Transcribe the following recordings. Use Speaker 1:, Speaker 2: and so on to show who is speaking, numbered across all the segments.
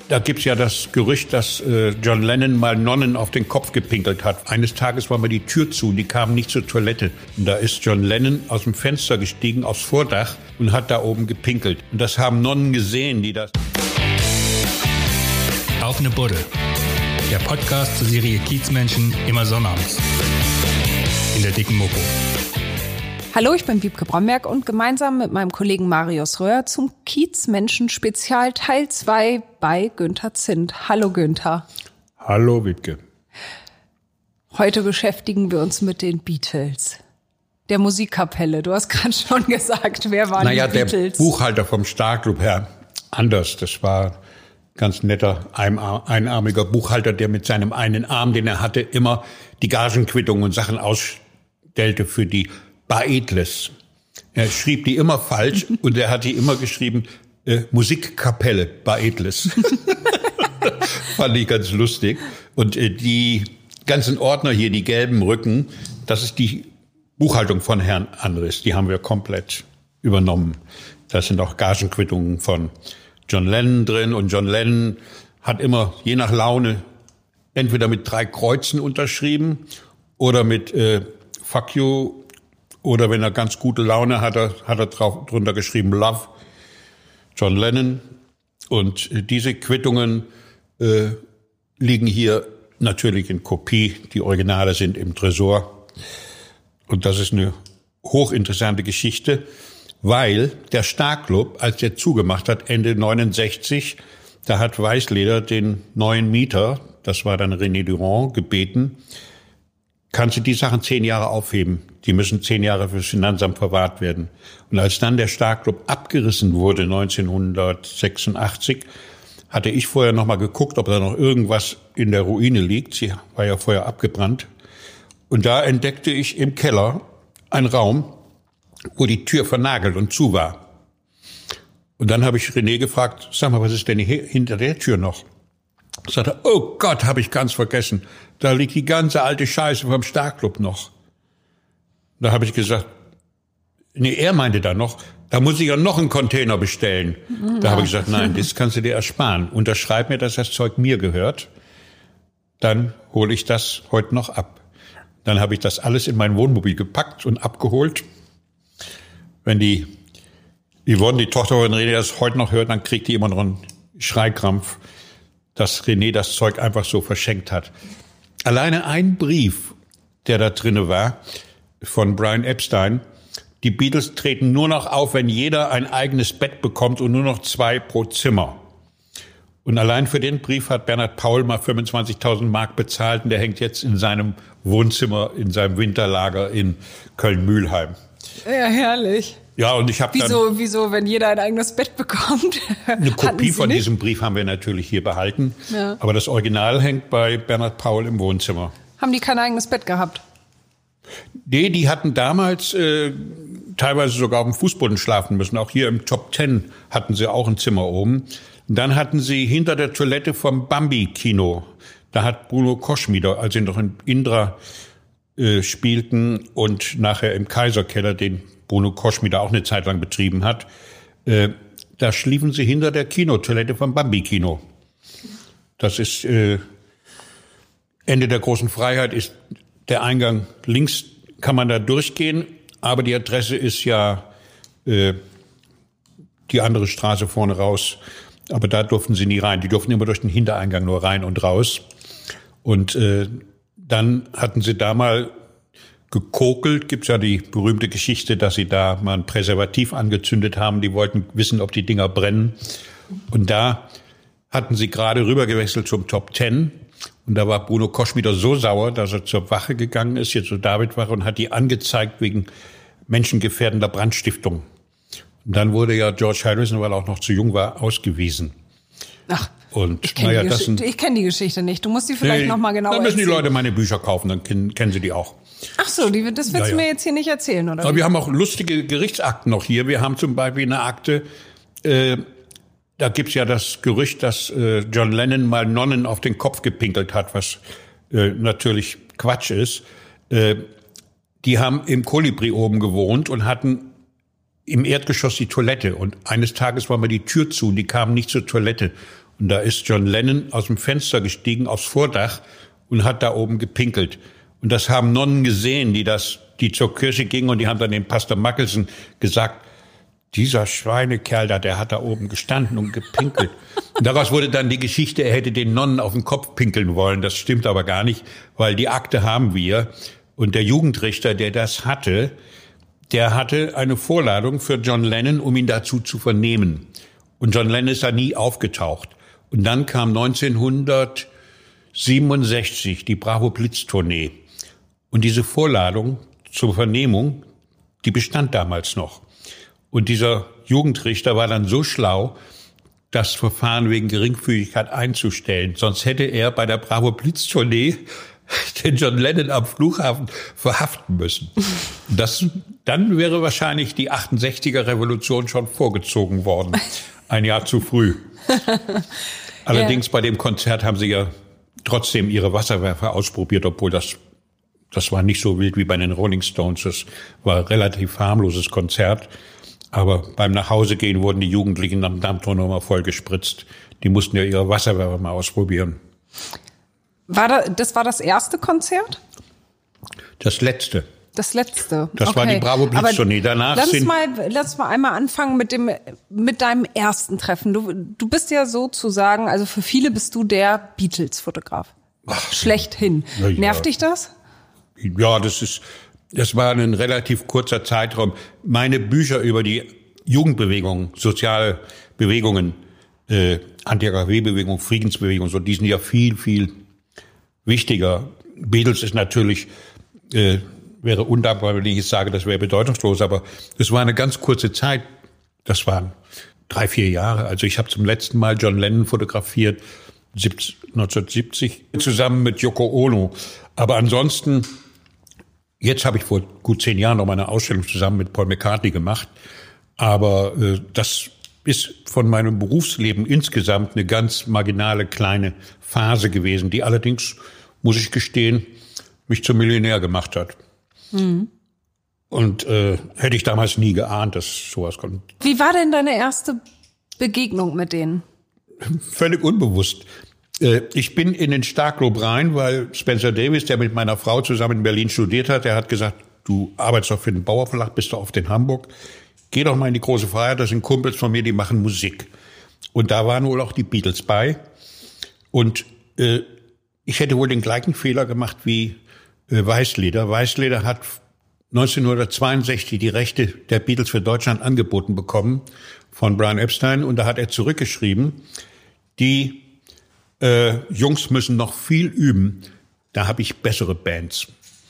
Speaker 1: Da gibt's ja das Gerücht, dass John Lennon mal Nonnen auf den Kopf gepinkelt hat. Eines Tages war mal die Tür zu und die kamen nicht zur Toilette. Und da ist John Lennon aus dem Fenster gestiegen, aufs Vordach und hat da oben gepinkelt. Und das haben Nonnen gesehen, die das...
Speaker 2: Auf eine Buddel. Der Podcast zur Serie Kiezmenschen, immer sonnabends. In der dicken Mopo.
Speaker 3: Hallo, ich bin Wiebke Bromberg und gemeinsam mit meinem Kollegen Marius Röhr zum Kiezmenschen-Spezial Teil 2 bei Günther Zint. Hallo Günther.
Speaker 1: Hallo Wiebke.
Speaker 3: Heute beschäftigen wir uns mit den Beatles. Der Musikkapelle. Du hast gerade schon gesagt, wer waren die Beatles?
Speaker 1: Der Buchhalter vom Starclub, Herr Anders, das war ganz netter, einarmiger Buchhalter, der mit seinem einen Arm, den er hatte, immer die Gagenquittungen und Sachen ausstellte für die Baedles. Er schrieb die immer falsch und er hat die immer geschrieben, Musikkapelle Baedles. Fand ich ganz lustig. Und die ganzen Ordner hier, die gelben Rücken, das ist die Buchhaltung von Herrn Andres. Die haben wir komplett übernommen. Da sind auch Gagenquittungen von John Lennon drin. Und John Lennon hat immer, je nach Laune, entweder mit 3 Kreuzen unterschrieben oder mit Fuck you. Oder wenn er ganz gute Laune hat, hat er drunter geschrieben Love, John Lennon. Und diese Quittungen liegen hier natürlich in Kopie. Die Originale sind im Tresor. Und das ist eine hochinteressante Geschichte, weil der Starclub, als der zugemacht hat, Ende 69, da hat Weißleder den neuen Mieter, das war dann René Durand, gebeten, kannst du die Sachen 10 Jahre aufheben. Die müssen 10 Jahre fürs Finanzamt verwahrt werden. Und als dann der Starclub abgerissen wurde, 1986, hatte ich vorher noch mal geguckt, ob da noch irgendwas in der Ruine liegt. Sie war ja vorher abgebrannt. Und da entdeckte ich im Keller einen Raum, wo die Tür vernagelt und zu war. Und dann habe ich René gefragt, sag mal, was ist denn hier hinter der Tür noch? Sagte, oh Gott, habe ich ganz vergessen. Da liegt die ganze alte Scheiße vom Starclub noch. Da habe ich gesagt, nee, er meinte da noch, da muss ich ja noch einen Container bestellen. Ja. Da habe ich gesagt, nein, das kannst du dir ersparen. Unterschreib mir, dass das Zeug mir gehört. Dann hole ich das heute noch ab. Dann habe ich das alles in mein Wohnmobil gepackt und abgeholt. Wenn die Yvonne, die Tochter von René, das heute noch hört, dann kriegt die immer noch einen Schreikrampf, dass René das Zeug einfach so verschenkt hat. Alleine ein Brief, der da drinne war, von Brian Epstein. Die Beatles treten nur noch auf, wenn jeder ein eigenes Bett bekommt und nur noch 2 pro Zimmer. Und allein für den Brief hat Bernhard Paul mal 25.000 Mark bezahlt und der hängt jetzt in seinem Wohnzimmer, in seinem Winterlager in Köln-Mühlheim.
Speaker 3: Ja, herrlich.
Speaker 1: Ja, und ich habe
Speaker 3: Wieso, wenn jeder ein eigenes Bett bekommt?
Speaker 1: Eine Kopie von diesem Brief haben wir natürlich hier behalten. Ja. Aber das Original hängt bei Bernhard Paul im Wohnzimmer.
Speaker 3: Haben die kein eigenes Bett gehabt?
Speaker 1: Nee, die hatten damals teilweise sogar auf dem Fußboden schlafen müssen. Auch hier im Top 10 hatten sie auch ein Zimmer oben. Und dann hatten sie hinter der Toilette vom Bambi-Kino, da hat Bruno Koschmider, als sie noch in Indra spielten und nachher im Kaiserkeller, den Bruno Koschmider auch eine Zeit lang betrieben hat, da schliefen sie hinter der Kinotoilette vom Bambi-Kino. Das ist Ende der großen Freiheit, ist der Eingang links, kann man da durchgehen, aber die Adresse ist ja die andere Straße vorne raus. Aber da durften sie nie rein. Die durften immer durch den Hintereingang nur rein und raus. Und dann hatten sie da mal gekokelt. Gibt's ja die berühmte Geschichte, dass sie da mal ein Präservativ angezündet haben. Die wollten wissen, ob die Dinger brennen. Und da hatten sie gerade rübergewechselt zum Top 10. Und da war Bruno Koschmider so sauer, dass er zur Wache gegangen ist, jetzt zur Davidwache, und hat die angezeigt wegen menschengefährdender Brandstiftung. Und dann wurde ja George Harrison, weil er auch noch zu jung war, ausgewiesen.
Speaker 3: Ach,
Speaker 1: und
Speaker 3: ich kenne die Geschichte nicht. Du musst die vielleicht noch mal genauer erzählen.
Speaker 1: Dann müssen die Leute meine Bücher kaufen, dann kennen sie die auch.
Speaker 3: Ach so, das willst du mir jetzt hier nicht erzählen, oder?
Speaker 1: Aber wir haben auch lustige Gerichtsakten noch hier. Wir haben zum Beispiel eine Akte, da gibt's ja das Gerücht, dass John Lennon mal Nonnen auf den Kopf gepinkelt hat, was natürlich Quatsch ist. Die haben im Kolibri oben gewohnt und hatten im Erdgeschoss die Toilette. Und eines Tages war mal die Tür zu und die kamen nicht zur Toilette. Und da ist John Lennon aus dem Fenster gestiegen aufs Vordach und hat da oben gepinkelt. Und das haben Nonnen gesehen, die zur Kirche gingen, und die haben dann dem Pastor Mickelson gesagt, dieser Schweinekerl da, der hat da oben gestanden und gepinkelt. Und daraus wurde dann die Geschichte, er hätte den Nonnen auf den Kopf pinkeln wollen. Das stimmt aber gar nicht, weil die Akte haben wir. Und der Jugendrichter, der das hatte, der hatte eine Vorladung für John Lennon, um ihn dazu zu vernehmen. Und John Lennon ist da nie aufgetaucht. Und dann kam 1967 die Bravo Blitz Tournee. Und diese Vorladung zur Vernehmung, die bestand damals noch. Und dieser Jugendrichter war dann so schlau, das Verfahren wegen Geringfügigkeit einzustellen. Sonst hätte er bei der Bravo Blitz Tournee den John Lennon am Flughafen verhaften müssen. Dann wäre wahrscheinlich die 68er Revolution schon vorgezogen worden. Ein Jahr zu früh. Allerdings bei dem Konzert haben sie ja trotzdem ihre Wasserwerfer ausprobiert, obwohl das war nicht so wild wie bei den Rolling Stones. Das war ein relativ harmloses Konzert. Aber beim Nachhausegehen wurden die Jugendlichen am Dammtor nochmal voll gespritzt. Die mussten ja ihre Wasserwerfer mal ausprobieren.
Speaker 3: Das war das erste Konzert?
Speaker 1: Das letzte.
Speaker 3: Das letzte.
Speaker 1: Das war die Bravo Blitz Tournee. Danach
Speaker 3: lass mal einmal anfangen mit deinem ersten Treffen. Du bist ja sozusagen, also für viele bist du der Beatles-Fotograf. Schlechthin.
Speaker 1: Ja.
Speaker 3: Nervt dich das?
Speaker 1: Ja, das war ein relativ kurzer Zeitraum. Meine Bücher über die Jugendbewegung, soziale Bewegungen, Anti-AKW-Bewegung, Friedensbewegung, so, die sind ja viel, viel wichtiger. Beatles ist natürlich, wäre undankbar, wenn ich jetzt sage, das wäre bedeutungslos, aber es war eine ganz kurze Zeit. Das waren 3-4 Jahre. Also ich habe zum letzten Mal John Lennon fotografiert, 1970, zusammen mit Yoko Ono. Aber ansonsten, jetzt habe ich vor gut 10 Jahren noch mal eine Ausstellung zusammen mit Paul McCartney gemacht. Aber das ist von meinem Berufsleben insgesamt eine ganz marginale kleine Phase gewesen, die allerdings, muss ich gestehen, mich zum Millionär gemacht hat. Mhm. Und hätte ich damals nie geahnt, dass sowas kommt.
Speaker 3: Wie war denn deine erste Begegnung mit denen?
Speaker 1: Völlig unbewusst. Ich bin in den Starclub rein, weil Spencer Davis, der mit meiner Frau zusammen in Berlin studiert hat, der hat gesagt, du arbeitest doch für den Bauer Verlag, bist du oft in Hamburg. Geh doch mal in die große Freiheit, das sind Kumpels von mir, die machen Musik. Und da waren wohl auch die Beatles bei. Und ich hätte wohl den gleichen Fehler gemacht wie Weißleder. Weißleder hat 1962 die Rechte der Beatles für Deutschland angeboten bekommen von Brian Epstein. Und da hat er zurückgeschrieben, die Jungs müssen noch viel üben, da habe ich bessere Bands.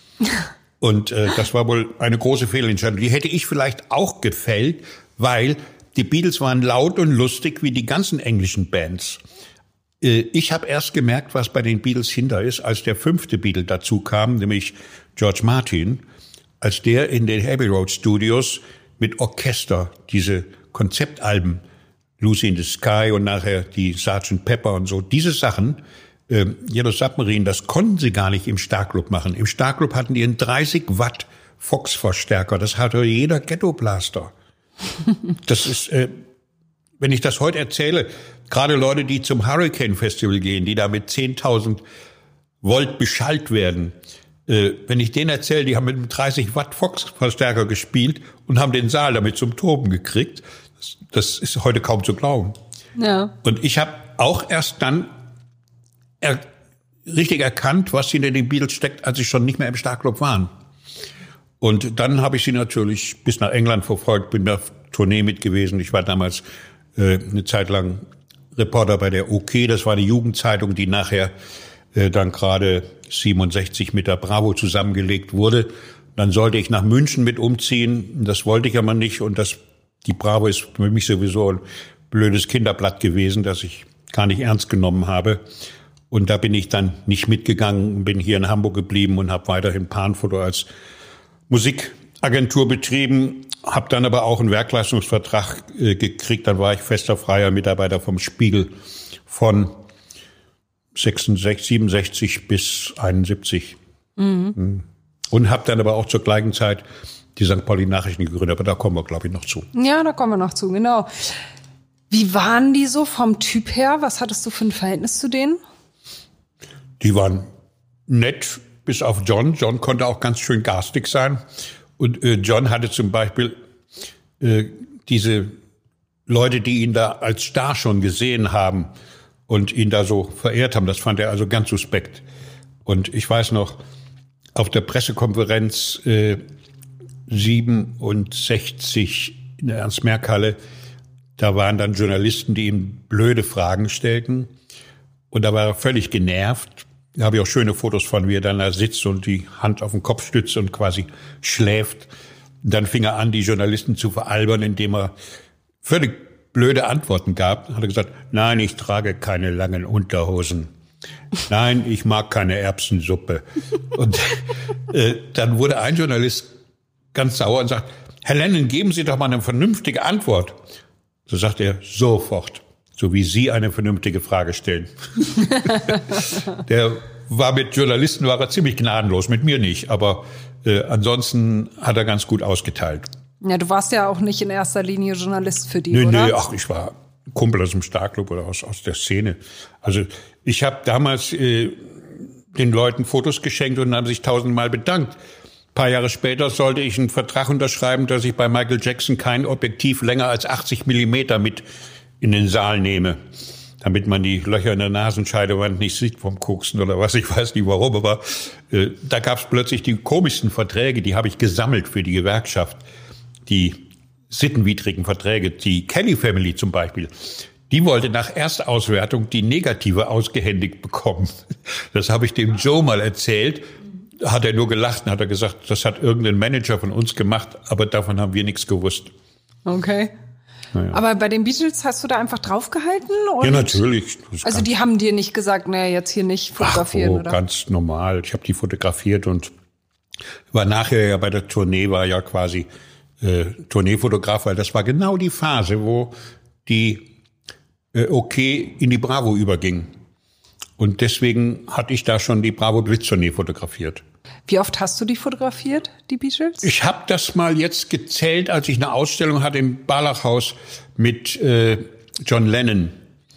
Speaker 1: Und das war wohl eine große Fehlentscheidung. Die hätte ich vielleicht auch gefällt, weil die Beatles waren laut und lustig wie die ganzen englischen Bands. Ich habe erst gemerkt, was bei den Beatles hinter ist, als der 5. Beatle dazu kam, nämlich George Martin, als der in den Abbey Road Studios mit Orchester diese Konzeptalben, Lucy in the Sky und nachher die Sgt. Pepper und so, diese Sachen, Yellow Submarine, das konnten sie gar nicht im Starclub machen. Im Starclub hatten die einen 30 Watt Fox-Verstärker, das hatte jeder Ghetto-Blaster. Das ist, wenn ich das heute erzähle, gerade Leute, die zum Hurricane Festival gehen, die da mit 10.000 Volt beschallt werden, wenn ich denen erzähle, die haben mit einem 30 Watt Fox-Verstärker gespielt und haben den Saal damit zum Toben gekriegt, das ist heute kaum zu glauben. Ja. Und ich habe auch erst dann richtig erkannt, was hinter den Beatles steckt, als sie schon nicht mehr im Starclub waren. Und dann habe ich sie natürlich bis nach England verfolgt, bin auf Tournee mit gewesen. Ich war damals eine Zeit lang Reporter bei der OK, das war eine Jugendzeitung, die nachher dann gerade 67 mit der Bravo zusammengelegt wurde. Dann sollte ich nach München mit umziehen, das wollte ich aber nicht und die Bravo ist für mich sowieso ein blödes Kinderblatt gewesen, das ich gar nicht ernst genommen habe. Und da bin ich dann nicht mitgegangen, bin hier in Hamburg geblieben und habe weiterhin Panfoto als Musikagentur betrieben, habe dann aber auch einen Werkleistungsvertrag gekriegt. Dann war ich fester freier Mitarbeiter vom Spiegel von 67 bis 71. Mhm. Und habe dann aber auch zur gleichen Zeit die St. Pauli Nachrichten gegründet, aber da kommen wir, glaube ich, noch zu.
Speaker 3: Ja, da kommen wir noch zu, genau. Wie waren die so vom Typ her? Was hattest du für ein Verhältnis zu denen?
Speaker 1: Die waren nett, bis auf John. John konnte auch ganz schön garstig sein. Und John hatte zum Beispiel diese Leute, die ihn da als Star schon gesehen haben und ihn da so verehrt haben. Das fand er also ganz suspekt. Und ich weiß noch, auf der Pressekonferenz 67 in der Ernst-Merck-Halle, da waren dann Journalisten, die ihm blöde Fragen stellten. Und da war er völlig genervt. Da habe ich auch schöne Fotos von, wie er dann da sitzt und die Hand auf den Kopf stützt und quasi schläft. Und dann fing er an, die Journalisten zu veralbern, indem er völlig blöde Antworten gab. Dann hat er gesagt, nein, ich trage keine langen Unterhosen. Nein, ich mag keine Erbsensuppe. Und dann wurde ein Journalist ganz sauer und sagt, Herr Lennon, geben Sie doch mal eine vernünftige Antwort. So sagt er, sofort. So wie Sie eine vernünftige Frage stellen. Der war mit Journalisten war er ziemlich gnadenlos, mit mir nicht. Aber ansonsten hat er ganz gut ausgeteilt.
Speaker 3: Ja, du warst ja auch nicht in erster Linie Journalist für die, oder?
Speaker 1: Nee, ach, ich war Kumpel aus dem Starclub oder aus der Szene. Also ich habe damals den Leuten Fotos geschenkt und haben sich 1000-mal bedankt. Ein paar Jahre später sollte ich einen Vertrag unterschreiben, dass ich bei Michael Jackson kein Objektiv länger als 80 Millimeter mit in den Saal nehme, damit man die Löcher in der Nasenscheidewand nicht sieht vom Koksen oder was, ich weiß nicht warum, aber da gab es plötzlich die komischsten Verträge, die habe ich gesammelt für die Gewerkschaft, die sittenwidrigen Verträge. Die Kelly Family zum Beispiel, die wollte nach Erstauswertung die Negative ausgehändigt bekommen. Das habe ich dem Joe mal erzählt, hat er nur gelacht und hat er gesagt, das hat irgendein Manager von uns gemacht, aber davon haben wir nichts gewusst.
Speaker 3: Okay.
Speaker 1: Naja.
Speaker 3: Aber bei den Beatles hast du da einfach draufgehalten? Und
Speaker 1: Ja, natürlich.
Speaker 3: Also die haben dir nicht gesagt, naja, jetzt hier nicht fotografieren, oder?
Speaker 1: Ganz normal. Ich habe die fotografiert und war nachher ja bei der Tournee, war ja quasi Tourneefotograf, weil das war genau die Phase, wo die OK in die Bravo überging. Und deswegen hatte ich da schon die Bravo Blitz-Tournee fotografiert.
Speaker 3: Wie oft hast du die fotografiert, die Beatles?
Speaker 1: Ich habe das mal jetzt gezählt, als ich eine Ausstellung hatte im Barlachhaus mit John Lennon.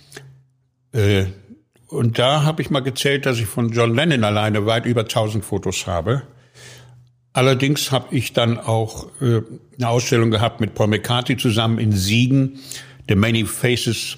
Speaker 1: Und da habe ich mal gezählt, dass ich von John Lennon alleine weit über 1000 Fotos habe. Allerdings habe ich dann auch eine Ausstellung gehabt mit Paul McCartney zusammen in Siegen, The Many Faces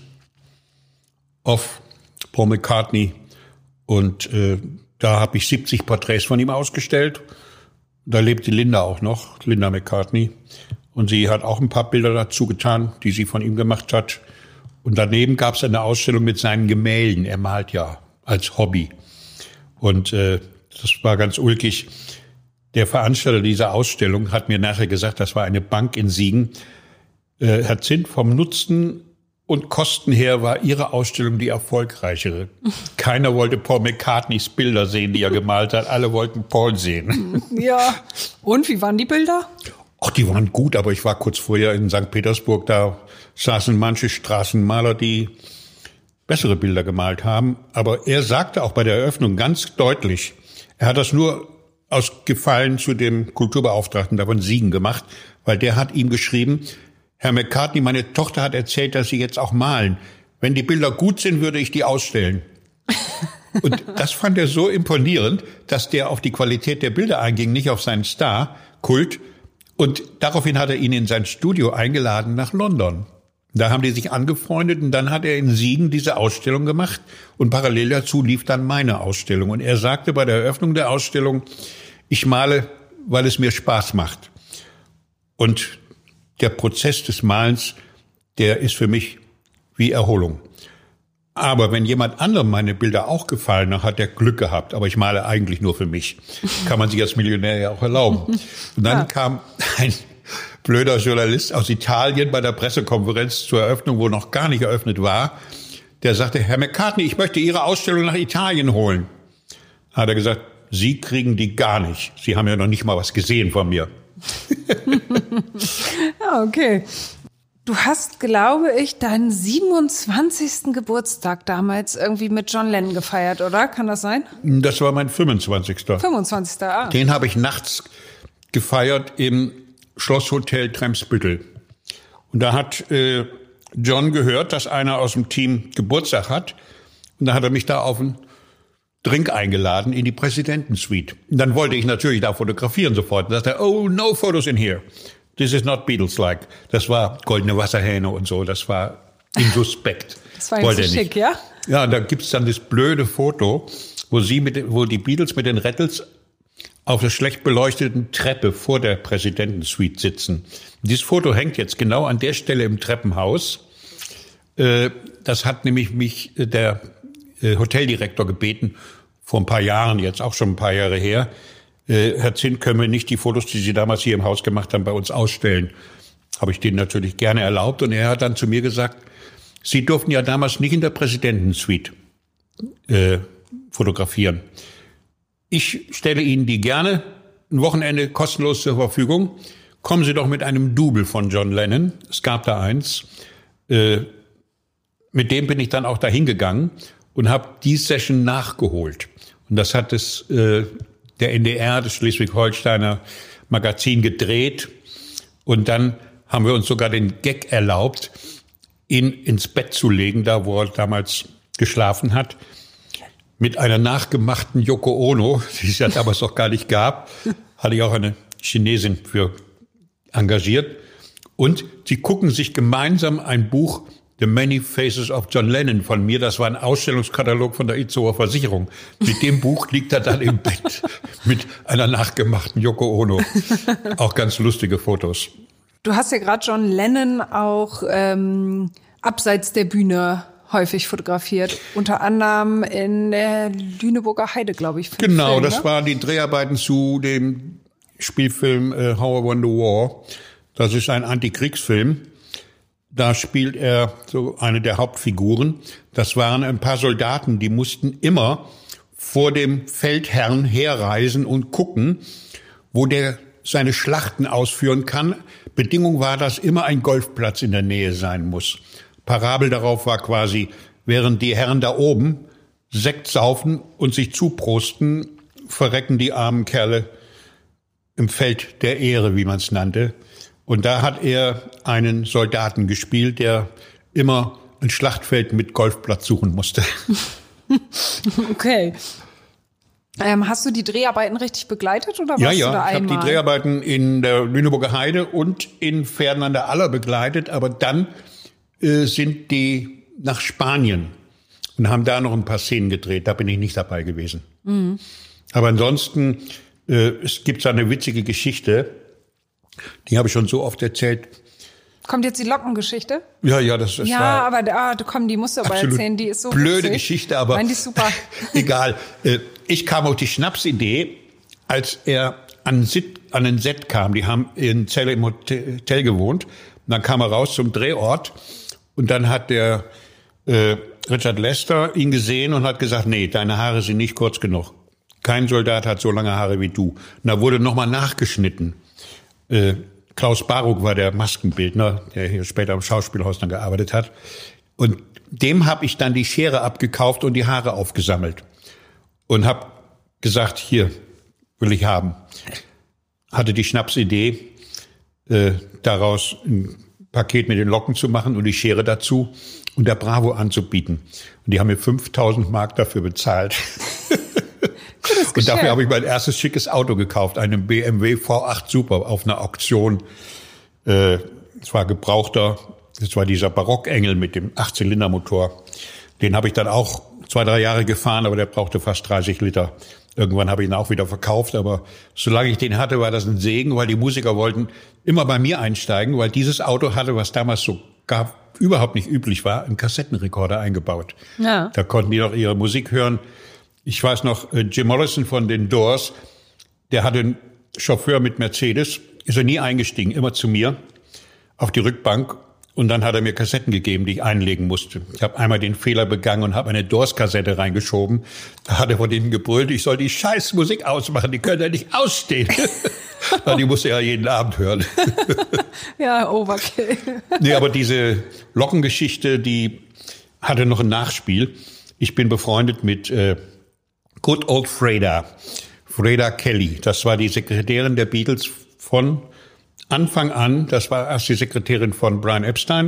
Speaker 1: of Paul McCartney. Und da habe ich 70 Porträts von ihm ausgestellt. Da lebte Linda auch noch, Linda McCartney. Und sie hat auch ein paar Bilder dazu getan, die sie von ihm gemacht hat. Und daneben gab es eine Ausstellung mit seinen Gemälden. Er malt ja als Hobby. Und das war ganz ulkig. Der Veranstalter dieser Ausstellung hat mir nachher gesagt, das war eine Bank in Siegen. Herr Zint, vom Nutzen und Kosten her war Ihre Ausstellung die erfolgreichere. Keiner wollte Paul McCartneys Bilder sehen, die er gemalt hat. Alle wollten Paul sehen.
Speaker 3: Ja. Und wie waren die Bilder?
Speaker 1: Ach, die waren gut, aber ich war kurz vorher in St. Petersburg. Da saßen manche Straßenmaler, die bessere Bilder gemalt haben. Aber er sagte auch bei der Eröffnung ganz deutlich, er hat das nur aus Gefallen zu dem Kulturbeauftragten da von Siegen gemacht, weil der hat ihm geschrieben, Herr McCartney, meine Tochter hat erzählt, dass Sie jetzt auch malen. Wenn die Bilder gut sind, würde ich die ausstellen. Und das fand er so imponierend, dass der auf die Qualität der Bilder einging, nicht auf seinen Star-Kult. Und daraufhin hat er ihn in sein Studio eingeladen nach London. Da haben die sich angefreundet und dann hat er in Siegen diese Ausstellung gemacht und parallel dazu lief dann meine Ausstellung. Und er sagte bei der Eröffnung der Ausstellung, ich male, weil es mir Spaß macht. Und der Prozess des Malens, der ist für mich wie Erholung. Aber wenn jemand anderem meine Bilder auch gefallen, dann hat er Glück gehabt. Aber ich male eigentlich nur für mich. Kann man sich als Millionär ja auch erlauben. Und dann kam ein blöder Journalist aus Italien bei der Pressekonferenz zur Eröffnung, wo noch gar nicht eröffnet war. Der sagte, Herr McCartney, ich möchte Ihre Ausstellung nach Italien holen. Hat er gesagt, Sie kriegen die gar nicht. Sie haben ja noch nicht mal was gesehen von mir.
Speaker 3: Ja, okay. Du hast, glaube ich, deinen 27. Geburtstag damals irgendwie mit John Lennon gefeiert, oder? Kann das sein?
Speaker 1: Das war mein 25.
Speaker 3: 25. Ah.
Speaker 1: Den habe ich nachts gefeiert im Schlosshotel Tremsbüttel. Und da hat John gehört, dass einer aus dem Team Geburtstag hat. Und dann hat er mich da auf einen Drink eingeladen in die Präsidentensuite. Und dann wollte ich natürlich da fotografieren sofort. Und sagte, oh, no photos in here. This is not Beatles-like. Das war Goldene Wasserhähne und so. Das war insuspekt.
Speaker 3: Das war ihm so schick, ja?
Speaker 1: Ja, da gibt's dann das blöde Foto, wo die Beatles mit den Rattles auf der schlecht beleuchteten Treppe vor der Präsidentensuite sitzen. Dieses Foto hängt jetzt genau an der Stelle im Treppenhaus. Das hat nämlich mich der Hoteldirektor gebeten, vor ein paar Jahren, jetzt auch schon ein paar Jahre her, Herr Zint, können wir nicht die Fotos, die Sie damals hier im Haus gemacht haben, bei uns ausstellen? Habe ich denen natürlich gerne erlaubt. Und er hat dann zu mir gesagt, Sie durften ja damals nicht in der Präsidentensuite fotografieren. Ich stelle Ihnen die gerne ein Wochenende kostenlos zur Verfügung. Kommen Sie doch mit einem Double von John Lennon. Es gab da eins. Mit dem bin ich dann auch dahin gegangen und habe die Session nachgeholt. Und das hat der NDR, das Schleswig-Holsteiner Magazin, gedreht. Und dann haben wir uns sogar den Gag erlaubt, ihn ins Bett zu legen, da wo er damals geschlafen hat, mit einer nachgemachten Yoko Ono, die es ja damals noch gar nicht gab, hatte ich auch eine Chinesin für engagiert. Und sie gucken sich gemeinsam ein Buch The Many Faces of John Lennon von mir. Das war ein Ausstellungskatalog von der Itzehoer Versicherung. Mit dem Buch liegt er dann im Bett mit einer nachgemachten Yoko Ono. Auch ganz lustige Fotos.
Speaker 3: Du hast ja gerade John Lennon auch abseits der Bühne häufig fotografiert. Unter anderem in der Lüneburger Heide, glaube ich.
Speaker 1: Genau,
Speaker 3: Film,
Speaker 1: das waren die Dreharbeiten zu dem Spielfilm How I Won the War. Das ist ein Antikriegsfilm. Da spielt er so eine der Hauptfiguren. Das waren ein paar Soldaten, die mussten immer vor dem Feldherrn herreisen und gucken, wo der seine Schlachten ausführen kann. Bedingung war, dass immer ein Golfplatz in der Nähe sein muss. Parabel darauf war quasi, während die Herren da oben Sekt saufen und sich zuprosten, verrecken die armen Kerle im Feld der Ehre, wie man es nannte. Und da hat er einen Soldaten gespielt, der immer ein Schlachtfeld mit Golfplatz suchen musste.
Speaker 3: Okay. Hast du die Dreharbeiten richtig begleitet oder warst du da einmal?
Speaker 1: Ja, ich habe die Dreharbeiten in der Lüneburger Heide und in Pferden an der Aller begleitet, aber dann sind die nach Spanien und haben da noch ein paar Szenen gedreht. Da bin ich nicht dabei gewesen. Mhm. Aber ansonsten, es gibt eine witzige Geschichte, die habe ich schon so oft erzählt.
Speaker 3: Kommt jetzt die Lockengeschichte?
Speaker 1: Ja, das
Speaker 3: ja,
Speaker 1: war
Speaker 3: aber komm, die musst du aber erzählen, die ist so
Speaker 1: blöde
Speaker 3: witzig.
Speaker 1: Geschichte, aber
Speaker 3: nein, die ist super.
Speaker 1: Egal. Ich kam auf die Schnapsidee, als er an den Set kam. Die haben in Celle im Hotel gewohnt. Und dann kam er raus zum Drehort und dann hat der Richard Lester ihn gesehen und hat gesagt, nee, deine Haare sind nicht kurz genug. Kein Soldat hat so lange Haare wie du. Und da wurde nochmal nachgeschnitten. Klaus Baruch war der Maskenbildner, der hier später im Schauspielhaus dann gearbeitet hat. Und dem habe ich dann die Schere abgekauft und die Haare aufgesammelt. Und habe gesagt, hier will ich haben. Hatte die Schnapsidee, daraus ein Paket mit den Locken zu machen und die Schere dazu und der Bravo anzubieten. Und die haben mir 5.000 Mark dafür bezahlt. Und dafür habe ich mein erstes schickes Auto gekauft, einen BMW V8 Super auf einer Auktion. Es war gebrauchter, das war dieser Barockengel mit dem 8-Zylinder-Motor. Den habe ich dann auch 2-3 Jahre gefahren, aber der brauchte fast 30 Liter. Irgendwann habe ich ihn auch wieder verkauft, aber solange ich den hatte, war das ein Segen, weil die Musiker wollten immer bei mir einsteigen, weil dieses Auto hatte, was damals so überhaupt nicht üblich war, einen Kassettenrekorder eingebaut. Ja. Da konnten die noch ihre Musik hören. Ich weiß noch, Jim Morrison von den Doors, der hatte einen Chauffeur mit Mercedes, ist er nie eingestiegen, immer zu mir auf die Rückbank. Und dann hat er mir Kassetten gegeben, die ich einlegen musste. Ich habe einmal den Fehler begangen und habe eine Doors-Kassette reingeschoben. Da hat er von denen gebrüllt, ich soll die scheiß Musik ausmachen, die können ja nicht ausstehen. Weil die musste ja jeden Abend hören.
Speaker 3: Ja, Overkill.
Speaker 1: Nee, aber diese Lockengeschichte, die hatte noch ein Nachspiel. Ich bin befreundet mit Good Old Freda Kelly. Das war die Sekretärin der Beatles von Anfang an. Das war erst die Sekretärin von Brian Epstein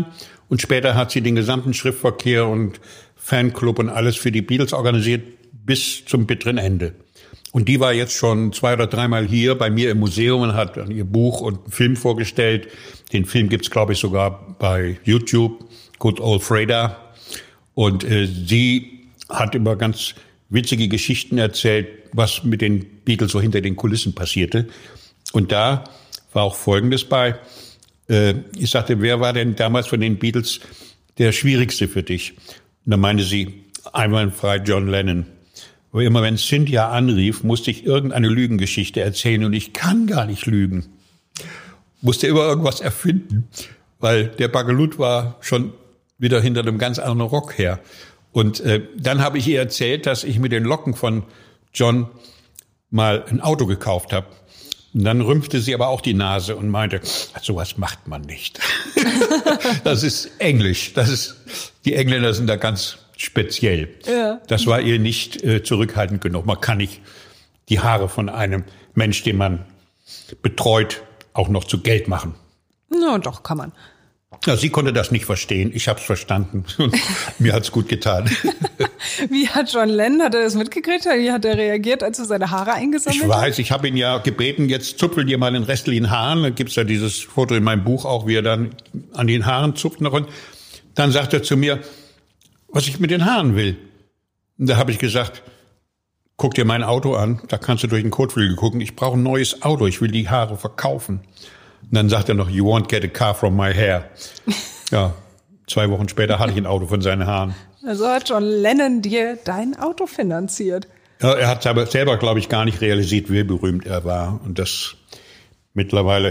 Speaker 1: Und später hat sie den gesamten Schriftverkehr und Fanclub und alles für die Beatles organisiert bis zum bitteren Ende. Und die war jetzt schon 2 oder 3 Mal hier bei mir im Museum und hat ihr Buch und einen Film vorgestellt. Den Film gibt's, glaube ich, sogar bei YouTube, Good Old Freda. Und sie hat immer ganz witzige Geschichten erzählt, was mit den Beatles so hinter den Kulissen passierte. Und da war auch Folgendes bei. Ich sagte, wer war denn damals von den Beatles der Schwierigste für dich? Und da meinte sie, einwandfrei John Lennon. Aber immer wenn Cynthia anrief, musste ich irgendeine Lügengeschichte erzählen und ich kann gar nicht lügen. Musste immer irgendwas erfinden, weil der Bagelut war schon wieder hinter einem ganz anderen Rock her. Und dann habe ich ihr erzählt, dass ich mit den Locken von John mal ein Auto gekauft habe. Und dann rümpfte sie aber auch die Nase und meinte, sowas macht man nicht. Das ist Englisch. Die Engländer sind da ganz speziell. Ja. Das war ihr nicht zurückhaltend genug. Man kann nicht die Haare von einem Mensch, den man betreut, auch noch zu Geld machen.
Speaker 3: Na, doch, kann man.
Speaker 1: Ja, sie konnte das nicht verstehen. Ich habe es verstanden und mir hat's gut getan.
Speaker 3: Wie hat John Lennon, hat er das mitgekriegt? Wie hat er reagiert, als du seine Haare eingesammelt hast?
Speaker 1: Ich weiß, ich habe ihn ja gebeten, jetzt zupfel dir mal den restlichen Haaren. Da gibt's ja dieses Foto in meinem Buch auch, wie er dann an den Haaren zupft noch. Und dann sagt er zu mir, was ich mit den Haaren will. Und da habe ich gesagt, guck dir mein Auto an, da kannst du durch den Kotflügel gucken. Ich brauche ein neues Auto, ich will die Haare verkaufen. Und dann sagt er noch, you won't get a car from my hair. Ja, 2 Wochen später hatte ich ein Auto von seinen Haaren.
Speaker 3: Also hat John Lennon dir dein Auto finanziert.
Speaker 1: Ja, er hat aber selber, glaube ich, gar nicht realisiert, wie berühmt er war. Und das mittlerweile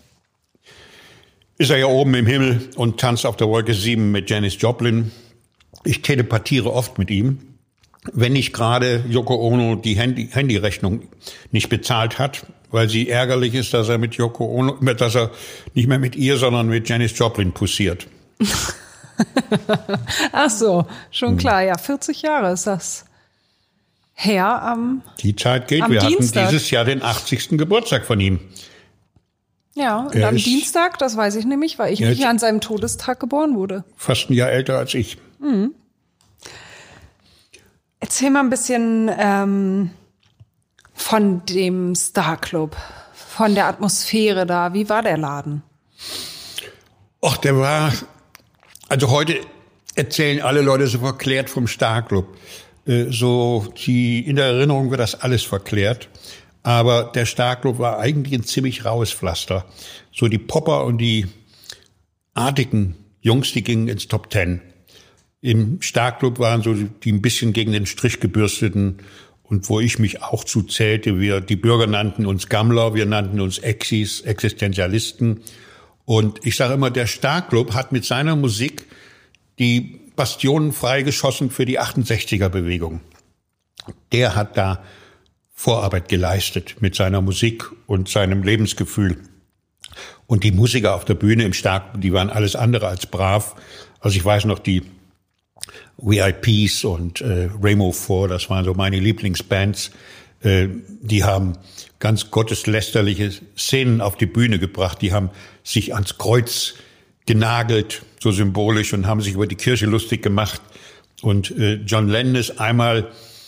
Speaker 1: ist er ja oben im Himmel und tanzt auf der Wolke 7 mit Janis Joplin. Ich telepathiere oft mit ihm. Wenn nicht gerade Yoko Ono die Handyrechnung nicht bezahlt hat, weil sie ärgerlich ist, dass er mit Yoko Ono, dass er nicht mehr mit ihr, sondern mit Janis Joplin pussiert.
Speaker 3: Ach so, schon klar. Ja, 40 Jahre ist das her am
Speaker 1: Die Zeit geht. Wir
Speaker 3: Dienstag.
Speaker 1: hatten dieses Jahr den 80. Geburtstag von ihm.
Speaker 3: Ja, und am Dienstag, das weiß ich nämlich, weil ich nicht an seinem Todestag geboren wurde.
Speaker 1: Fast ein Jahr älter als ich.
Speaker 3: Mhm. Erzähl mal ein bisschen von dem Star Club, von der Atmosphäre da. Wie war der Laden?
Speaker 1: Och, der war, also heute erzählen alle Leute so verklärt vom Star Club. In der Erinnerung wird das alles verklärt. Aber der Star Club war eigentlich ein ziemlich raues Pflaster. So die Popper und die artigen Jungs, die gingen ins Top 10. Im Star Club waren so die ein bisschen gegen den Strich gebürsteten und wo ich mich auch zu zählte. Die Bürger nannten uns Gammler, wir nannten uns Exis, Existenzialisten. Und ich sage immer, der Star Club hat mit seiner Musik die Bastionen freigeschossen für die 68er-Bewegung. Der hat da Vorarbeit geleistet mit seiner Musik und seinem Lebensgefühl. Und die Musiker auf der Bühne im Star Club, die waren alles andere als brav. Also ich weiß noch, die VIPs und Remo 4, das waren so meine Lieblingsbands. Die haben ganz gotteslästerliche Szenen auf die Bühne gebracht. Die haben sich ans Kreuz genagelt, so symbolisch, und haben sich über die Kirche lustig gemacht. Und John Lennon ist einmal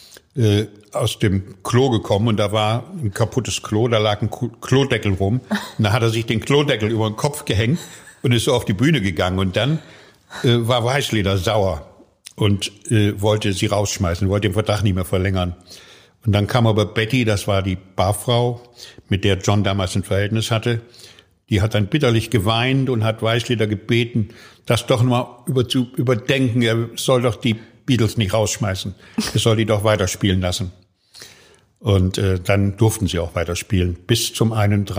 Speaker 1: aus dem Klo gekommen und da war ein kaputtes Klo, da lag ein Klodeckel rum. Und da hat er sich den Klodeckel über den Kopf gehängt und ist so auf die Bühne gegangen. Und dann war Weißleder sauer und wollte sie rausschmeißen, wollte den Vertrag nicht mehr verlängern. Und dann kam aber Betty, das war die Barfrau, mit der John damals ein Verhältnis hatte. Die hat dann bitterlich geweint und hat Weißleder gebeten, das doch mal zu überdenken. Er soll doch die Beatles nicht rausschmeißen. Er soll die doch weiterspielen lassen. Und dann durften sie auch weiterspielen. Bis zum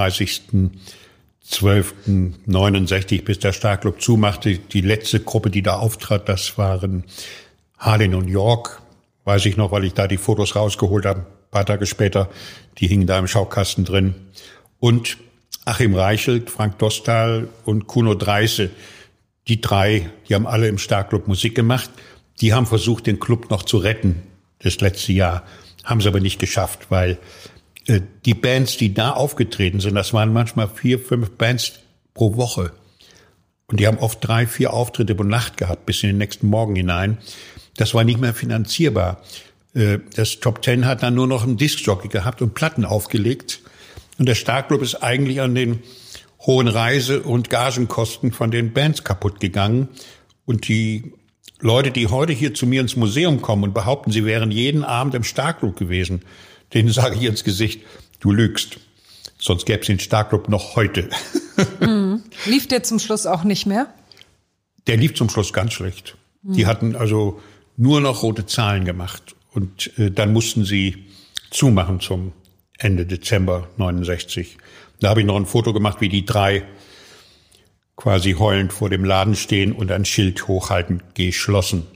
Speaker 1: 31.12.69, bis der Star Club zumachte. Die letzte Gruppe, die da auftrat, das waren Harlin und York. Weiß ich noch, weil ich da die Fotos rausgeholt habe. Ein paar Tage später, die hingen da im Schaukasten drin. Und Achim Reichelt, Frank Dostal und Kuno Dreise. Die 3, die haben alle im Star Club Musik gemacht. Die haben versucht, den Club noch zu retten, das letzte Jahr. Haben sie aber nicht geschafft, weil die Bands, die da aufgetreten sind, das waren manchmal 4, 5 Bands pro Woche. Und die haben oft 3, 4 Auftritte pro Nacht gehabt, bis in den nächsten Morgen hinein. Das war nicht mehr finanzierbar. Das Top Ten hat dann nur noch einen Diskjockey gehabt und Platten aufgelegt. Und der Star-Club ist eigentlich an den hohen Reise- und Gagenkosten von den Bands kaputt gegangen. Und die Leute, die heute hier zu mir ins Museum kommen und behaupten, sie wären jeden Abend im Star-Club gewesen, denen sage ich ins Gesicht, du lügst. Sonst gäbe es den Star-Club noch heute.
Speaker 3: Lief der zum Schluss auch nicht mehr?
Speaker 1: Der lief zum Schluss ganz schlecht. Die hatten also nur noch rote Zahlen gemacht. Und dann mussten sie zumachen zum Ende Dezember 69. Da habe ich noch ein Foto gemacht, wie die 3 quasi heulend vor dem Laden stehen und ein Schild hochhalten, geschlossen.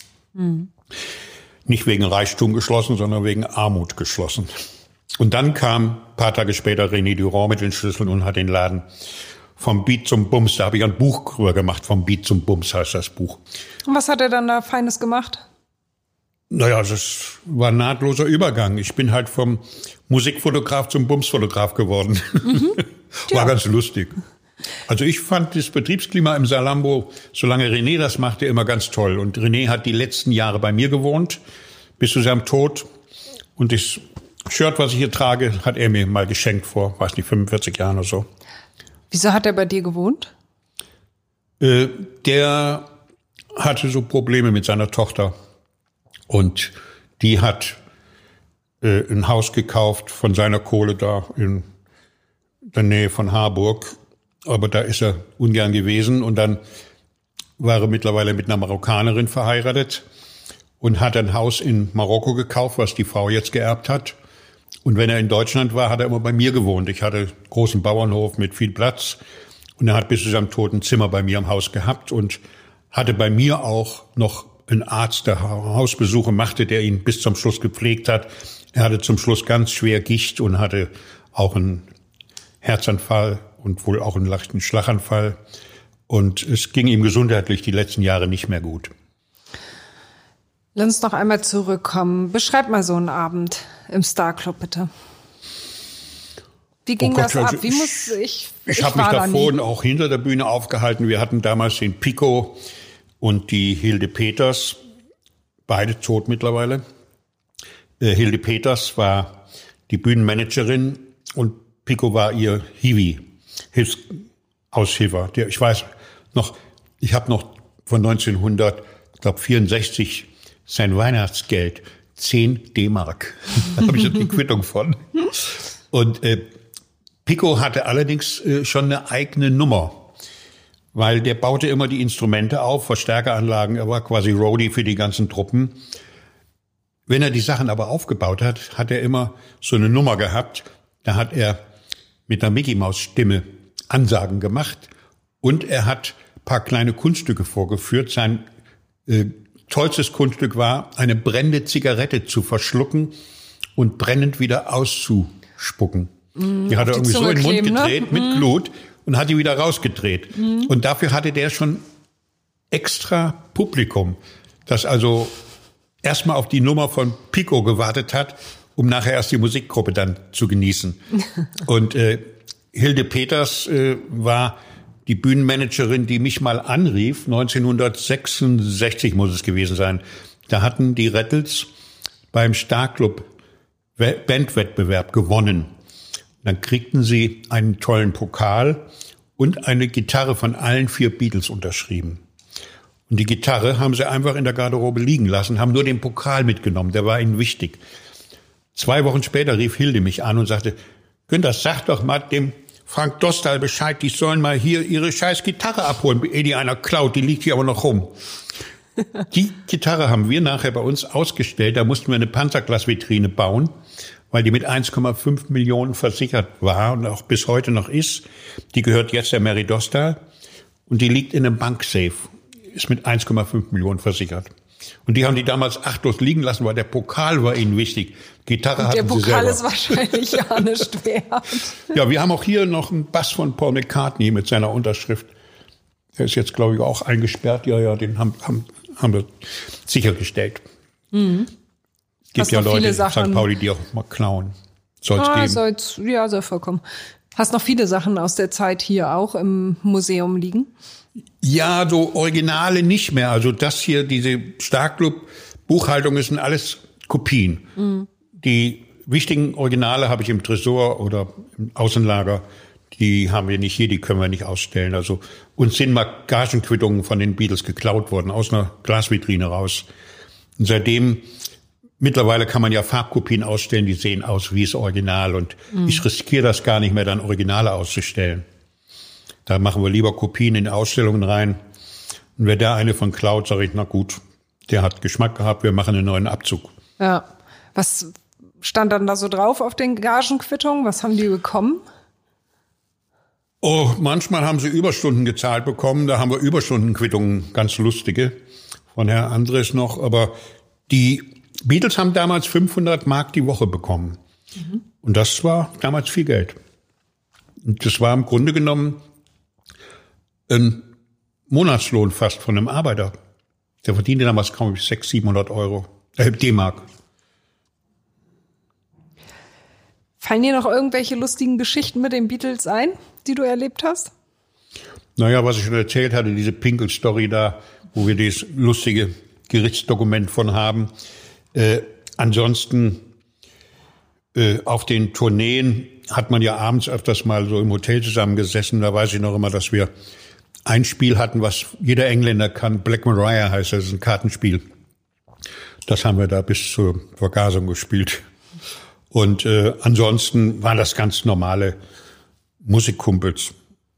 Speaker 1: Nicht wegen Reichtum geschlossen, sondern wegen Armut geschlossen. Und dann kam ein paar Tage später René Durand mit den Schlüsseln und hat den Laden vom Beat zum Bums, da habe ich ein Buch drüber gemacht, vom Beat zum Bums heißt das Buch.
Speaker 3: Und was hat er dann da Feines gemacht?
Speaker 1: Naja, das war ein nahtloser Übergang. Ich bin halt vom Musikfotograf zum Bumsfotograf geworden. War ganz lustig. Also ich fand das Betriebsklima im Salambo, solange René das machte, immer ganz toll. Und René hat die letzten Jahre bei mir gewohnt, bis zu seinem Tod. Und das Shirt, was ich hier trage, hat er mir mal geschenkt vor, weiß nicht, 45 Jahren oder so.
Speaker 3: Wieso hat er bei dir gewohnt?
Speaker 1: Der hatte so Probleme mit seiner Tochter. Und die hat ein Haus gekauft von seiner Kohle da in der Nähe von Harburg. Aber da ist er ungern gewesen. Und dann war er mittlerweile mit einer Marokkanerin verheiratet und hat ein Haus in Marokko gekauft, was die Frau jetzt geerbt hat. Und wenn er in Deutschland war, hat er immer bei mir gewohnt. Ich hatte einen großen Bauernhof mit viel Platz. Und er hat bis zu seinem Tod ein Zimmer bei mir im Haus gehabt und hatte bei mir auch noch einen Arzt, der Hausbesuche machte, der ihn bis zum Schluss gepflegt hat. Er hatte zum Schluss ganz schwer Gicht und hatte auch einen Herzanfall und wohl auch einen leichten Schlaganfall. Und es ging ihm gesundheitlich die letzten Jahre nicht mehr gut.
Speaker 3: Lass uns noch einmal zurückkommen. Beschreib mal so einen Abend im Star-Club, bitte. Wie ging das ab? Wie muss ich
Speaker 1: habe mich da vorne auch hinter der Bühne aufgehalten. Wir hatten damals den Pico und die Hilde Peters, beide tot mittlerweile. Hilde Peters war die Bühnenmanagerin und Pico war ihr Hiwi, Hilfsaushilfer. Ich weiß noch, ich habe noch von 1964 sein Weihnachtsgeld, 10 D-Mark. Da habe ich die Quittung von. Und Pico hatte allerdings schon eine eigene Nummer, weil der baute immer die Instrumente auf, Verstärkeranlagen, er war quasi Roadie für die ganzen Truppen. Wenn er die Sachen aber aufgebaut hat, hat er immer so eine Nummer gehabt, da hat er mit einer Mickey-Maus-Stimme Ansagen gemacht und er hat ein paar kleine Kunststücke vorgeführt. Sein tollstes Kunststück war, eine brennende Zigarette zu verschlucken und brennend wieder auszuspucken. Die hat er irgendwie so in den Mund gedreht, ne? Mit Glut und hat die wieder rausgedreht. Und dafür hatte der schon extra Publikum, das also erstmal auf die Nummer von Pico gewartet hat, um nachher erst die Musikgruppe dann zu genießen. Und Hilde Peters war die Bühnenmanagerin, die mich mal anrief, 1966 muss es gewesen sein. Da hatten die Rattles beim Star-Club Bandwettbewerb gewonnen. Dann kriegten sie einen tollen Pokal und eine Gitarre von allen 4 Beatles unterschrieben. Und die Gitarre haben sie einfach in der Garderobe liegen lassen, haben nur den Pokal mitgenommen, der war ihnen wichtig. 2 Wochen später rief Hilde mich an und sagte, Günther, sag doch mal dem Frank Dostal Bescheid, die sollen mal hier ihre scheiß Gitarre abholen, ehe die einer klaut, die liegt hier aber noch rum. Die Gitarre haben wir nachher bei uns ausgestellt, da mussten wir eine Panzerglasvitrine bauen, weil die mit 1,5 Millionen versichert war und auch bis heute noch ist. Die gehört jetzt der Mary Dostal und die liegt in einem Banksafe, ist mit 1,5 Millionen versichert. Und die haben die damals achtlos liegen lassen, weil der Pokal war ihnen wichtig. Gitarre hatten sie selber. Der Pokal ist
Speaker 3: wahrscheinlich ja nicht wert.
Speaker 1: Ja, wir haben auch hier noch einen Bass von Paul McCartney mit seiner Unterschrift. Der ist jetzt, glaube ich, auch eingesperrt. Ja, den haben wir sichergestellt. Gibt ja Leute in St. Pauli, die auch mal klauen. Soll es geben.
Speaker 3: Ja, soll vollkommen. Hast noch viele Sachen aus der Zeit hier auch im Museum liegen?
Speaker 1: Ja, so Originale nicht mehr. Also das hier, diese Starclub-Buchhaltung, sind alles Kopien. Mhm. Die wichtigen Originale habe ich im Tresor oder im Außenlager. Die haben wir nicht hier, die können wir nicht ausstellen. Also uns sind mal Gagenquittungen von den Beatles geklaut worden, aus einer Glasvitrine raus. Und seitdem, mittlerweile kann man ja Farbkopien ausstellen, die sehen aus wie das Original. Und ich riskiere das gar nicht mehr, dann Originale auszustellen. Da machen wir lieber Kopien in Ausstellungen rein. Und wer da eine von klaut, sage ich, na gut, der hat Geschmack gehabt, wir machen einen neuen Abzug.
Speaker 3: Ja, was stand dann da so drauf auf den Gagenquittungen? Was haben die bekommen?
Speaker 1: Oh, manchmal haben sie Überstunden gezahlt bekommen. Da haben wir Überstundenquittungen, ganz lustige, von Herrn Andres noch. Aber die Beatles haben damals 500 Mark die Woche bekommen. Mhm. Und das war damals viel Geld. Und das war im Grunde genommen ein Monatslohn fast von einem Arbeiter. Der verdiente damals kaum 600-700 Euro, D-Mark.
Speaker 3: Fallen dir noch irgendwelche lustigen Geschichten mit den Beatles ein, die du erlebt hast?
Speaker 1: Naja, was ich schon erzählt hatte, diese Pinkel-Story da, wo wir dieses lustige Gerichtsdokument von haben. Ansonsten auf den Tourneen hat man ja abends öfters mal so im Hotel zusammengesessen. Da weiß ich noch immer, dass wir ein Spiel hatten, was jeder Engländer kann. Black Maria heißt das, ist ein Kartenspiel. Das haben wir da bis zur Vergasung gespielt. Und ansonsten waren das ganz normale Musikkumpels.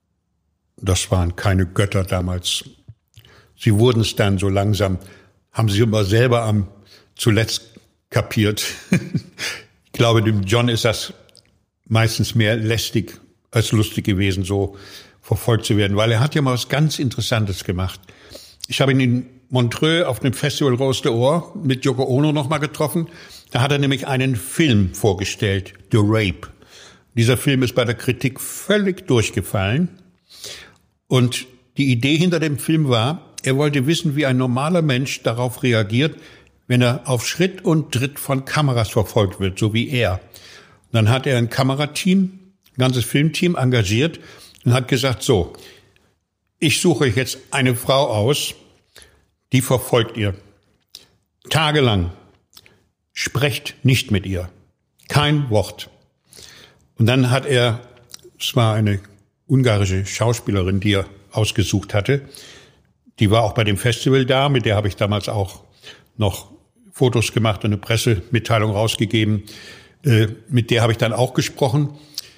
Speaker 1: Das waren keine Götter damals. Sie wurden es dann so langsam, haben sie immer selber zuletzt kapiert. Ich glaube, dem John ist das meistens mehr lästig als lustig gewesen, so verfolgt zu werden, weil er hat ja mal was ganz Interessantes gemacht. Ich habe ihn in Montreux auf dem Festival Rose d'Or mit Yoko Ono noch mal getroffen. Da hat er nämlich einen Film vorgestellt, The Rape. Dieser Film ist bei der Kritik völlig durchgefallen. Und die Idee hinter dem Film war, er wollte wissen, wie ein normaler Mensch darauf reagiert, wenn er auf Schritt und Tritt von Kameras verfolgt wird, so wie er. Und dann hat er ein Kamerateam, ein ganzes Filmteam engagiert und hat gesagt, so, ich suche euch jetzt eine Frau aus, die verfolgt ihr. Tagelang. Sprecht nicht mit ihr. Kein Wort. Und dann hat er, es war eine ungarische Schauspielerin, die er ausgesucht hatte. Die war auch bei dem Festival da, mit der habe ich damals auch noch Fotos gemacht und eine Pressemitteilung rausgegeben. Mit der habe ich dann auch gesprochen.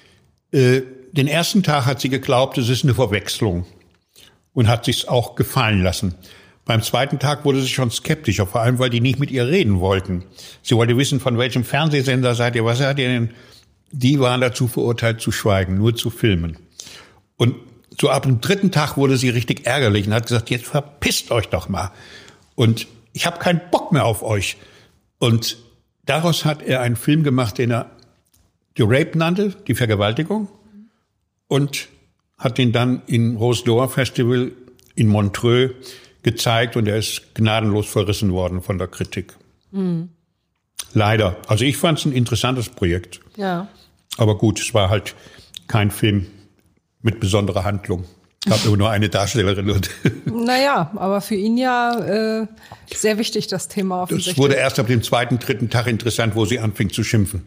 Speaker 1: Den ersten Tag hat sie geglaubt, es ist eine Verwechslung und hat sich's auch gefallen lassen. Beim zweiten Tag wurde sie schon skeptischer, vor allem, weil die nicht mit ihr reden wollten. Sie wollte wissen, von welchem Fernsehsender seid ihr, was seid ihr denn? Die waren dazu verurteilt zu schweigen, nur zu filmen. Und so ab dem dritten Tag wurde sie richtig ärgerlich und hat gesagt, jetzt verpisst euch doch mal. Und ich habe keinen Bock mehr auf euch. Und daraus hat er einen Film gemacht, den er The Rape nannte, die Vergewaltigung, und hat den dann im Rose d'Or Festival in Montreux gezeigt und er ist gnadenlos verrissen worden von der Kritik. Mhm. Leider. Also ich fand es ein interessantes Projekt.
Speaker 3: Ja.
Speaker 1: Aber gut, es war halt kein Film mit besonderer Handlung. Es gab nur eine Darstellerin.
Speaker 3: Naja, aber für ihn ja sehr wichtig, das Thema offensichtlich.
Speaker 1: Das wurde erst ab dem zweiten, dritten Tag interessant, wo sie anfing zu schimpfen.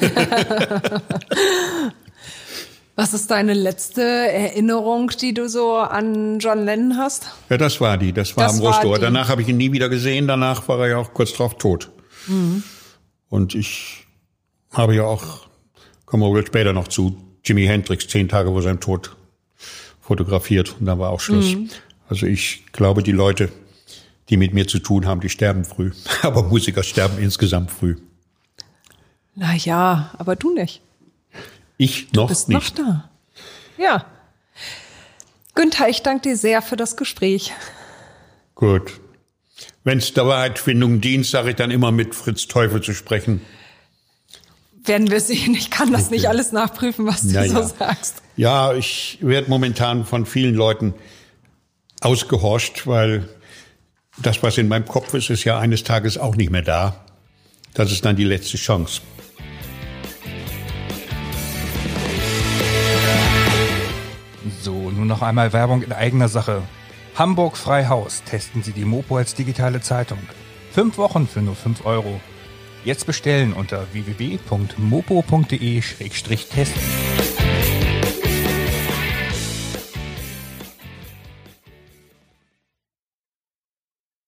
Speaker 3: Was ist deine letzte Erinnerung, die du so an John Lennon hast?
Speaker 1: Ja, das war die. Das war am Rose d'Or. Danach habe ich ihn nie wieder gesehen. Danach war er ja auch kurz drauf tot. Mhm. Und ich habe ja auch, kommen wir wohl später noch zu, Jimi Hendrix 10 Tage vor seinem Tod fotografiert. Und dann war auch Schluss. Mhm. Also ich glaube, die Leute, die mit mir zu tun haben, die sterben früh. Aber Musiker sterben insgesamt früh.
Speaker 3: Na ja, aber du nicht.
Speaker 1: Ich noch nicht.
Speaker 3: Du bist noch da. Ja. Günther, ich danke dir sehr für das Gespräch.
Speaker 1: Gut. Wenn es der Wahrheitsfindung dient, sage ich dann immer mit Fritz Teufel zu sprechen.
Speaker 3: Werden wir sehen. Ich kann das nicht alles nachprüfen, was du so sagst.
Speaker 1: Ja, ich werde momentan von vielen Leuten ausgehorcht, weil das, was in meinem Kopf ist, ist ja eines Tages auch nicht mehr da. Das ist dann die letzte Chance.
Speaker 2: nun noch einmal Werbung in eigener Sache. Hamburg frei Haus. Testen Sie die Mopo als digitale Zeitung. 5 Wochen für nur 5 €. Jetzt bestellen unter www.mopo.de/testen.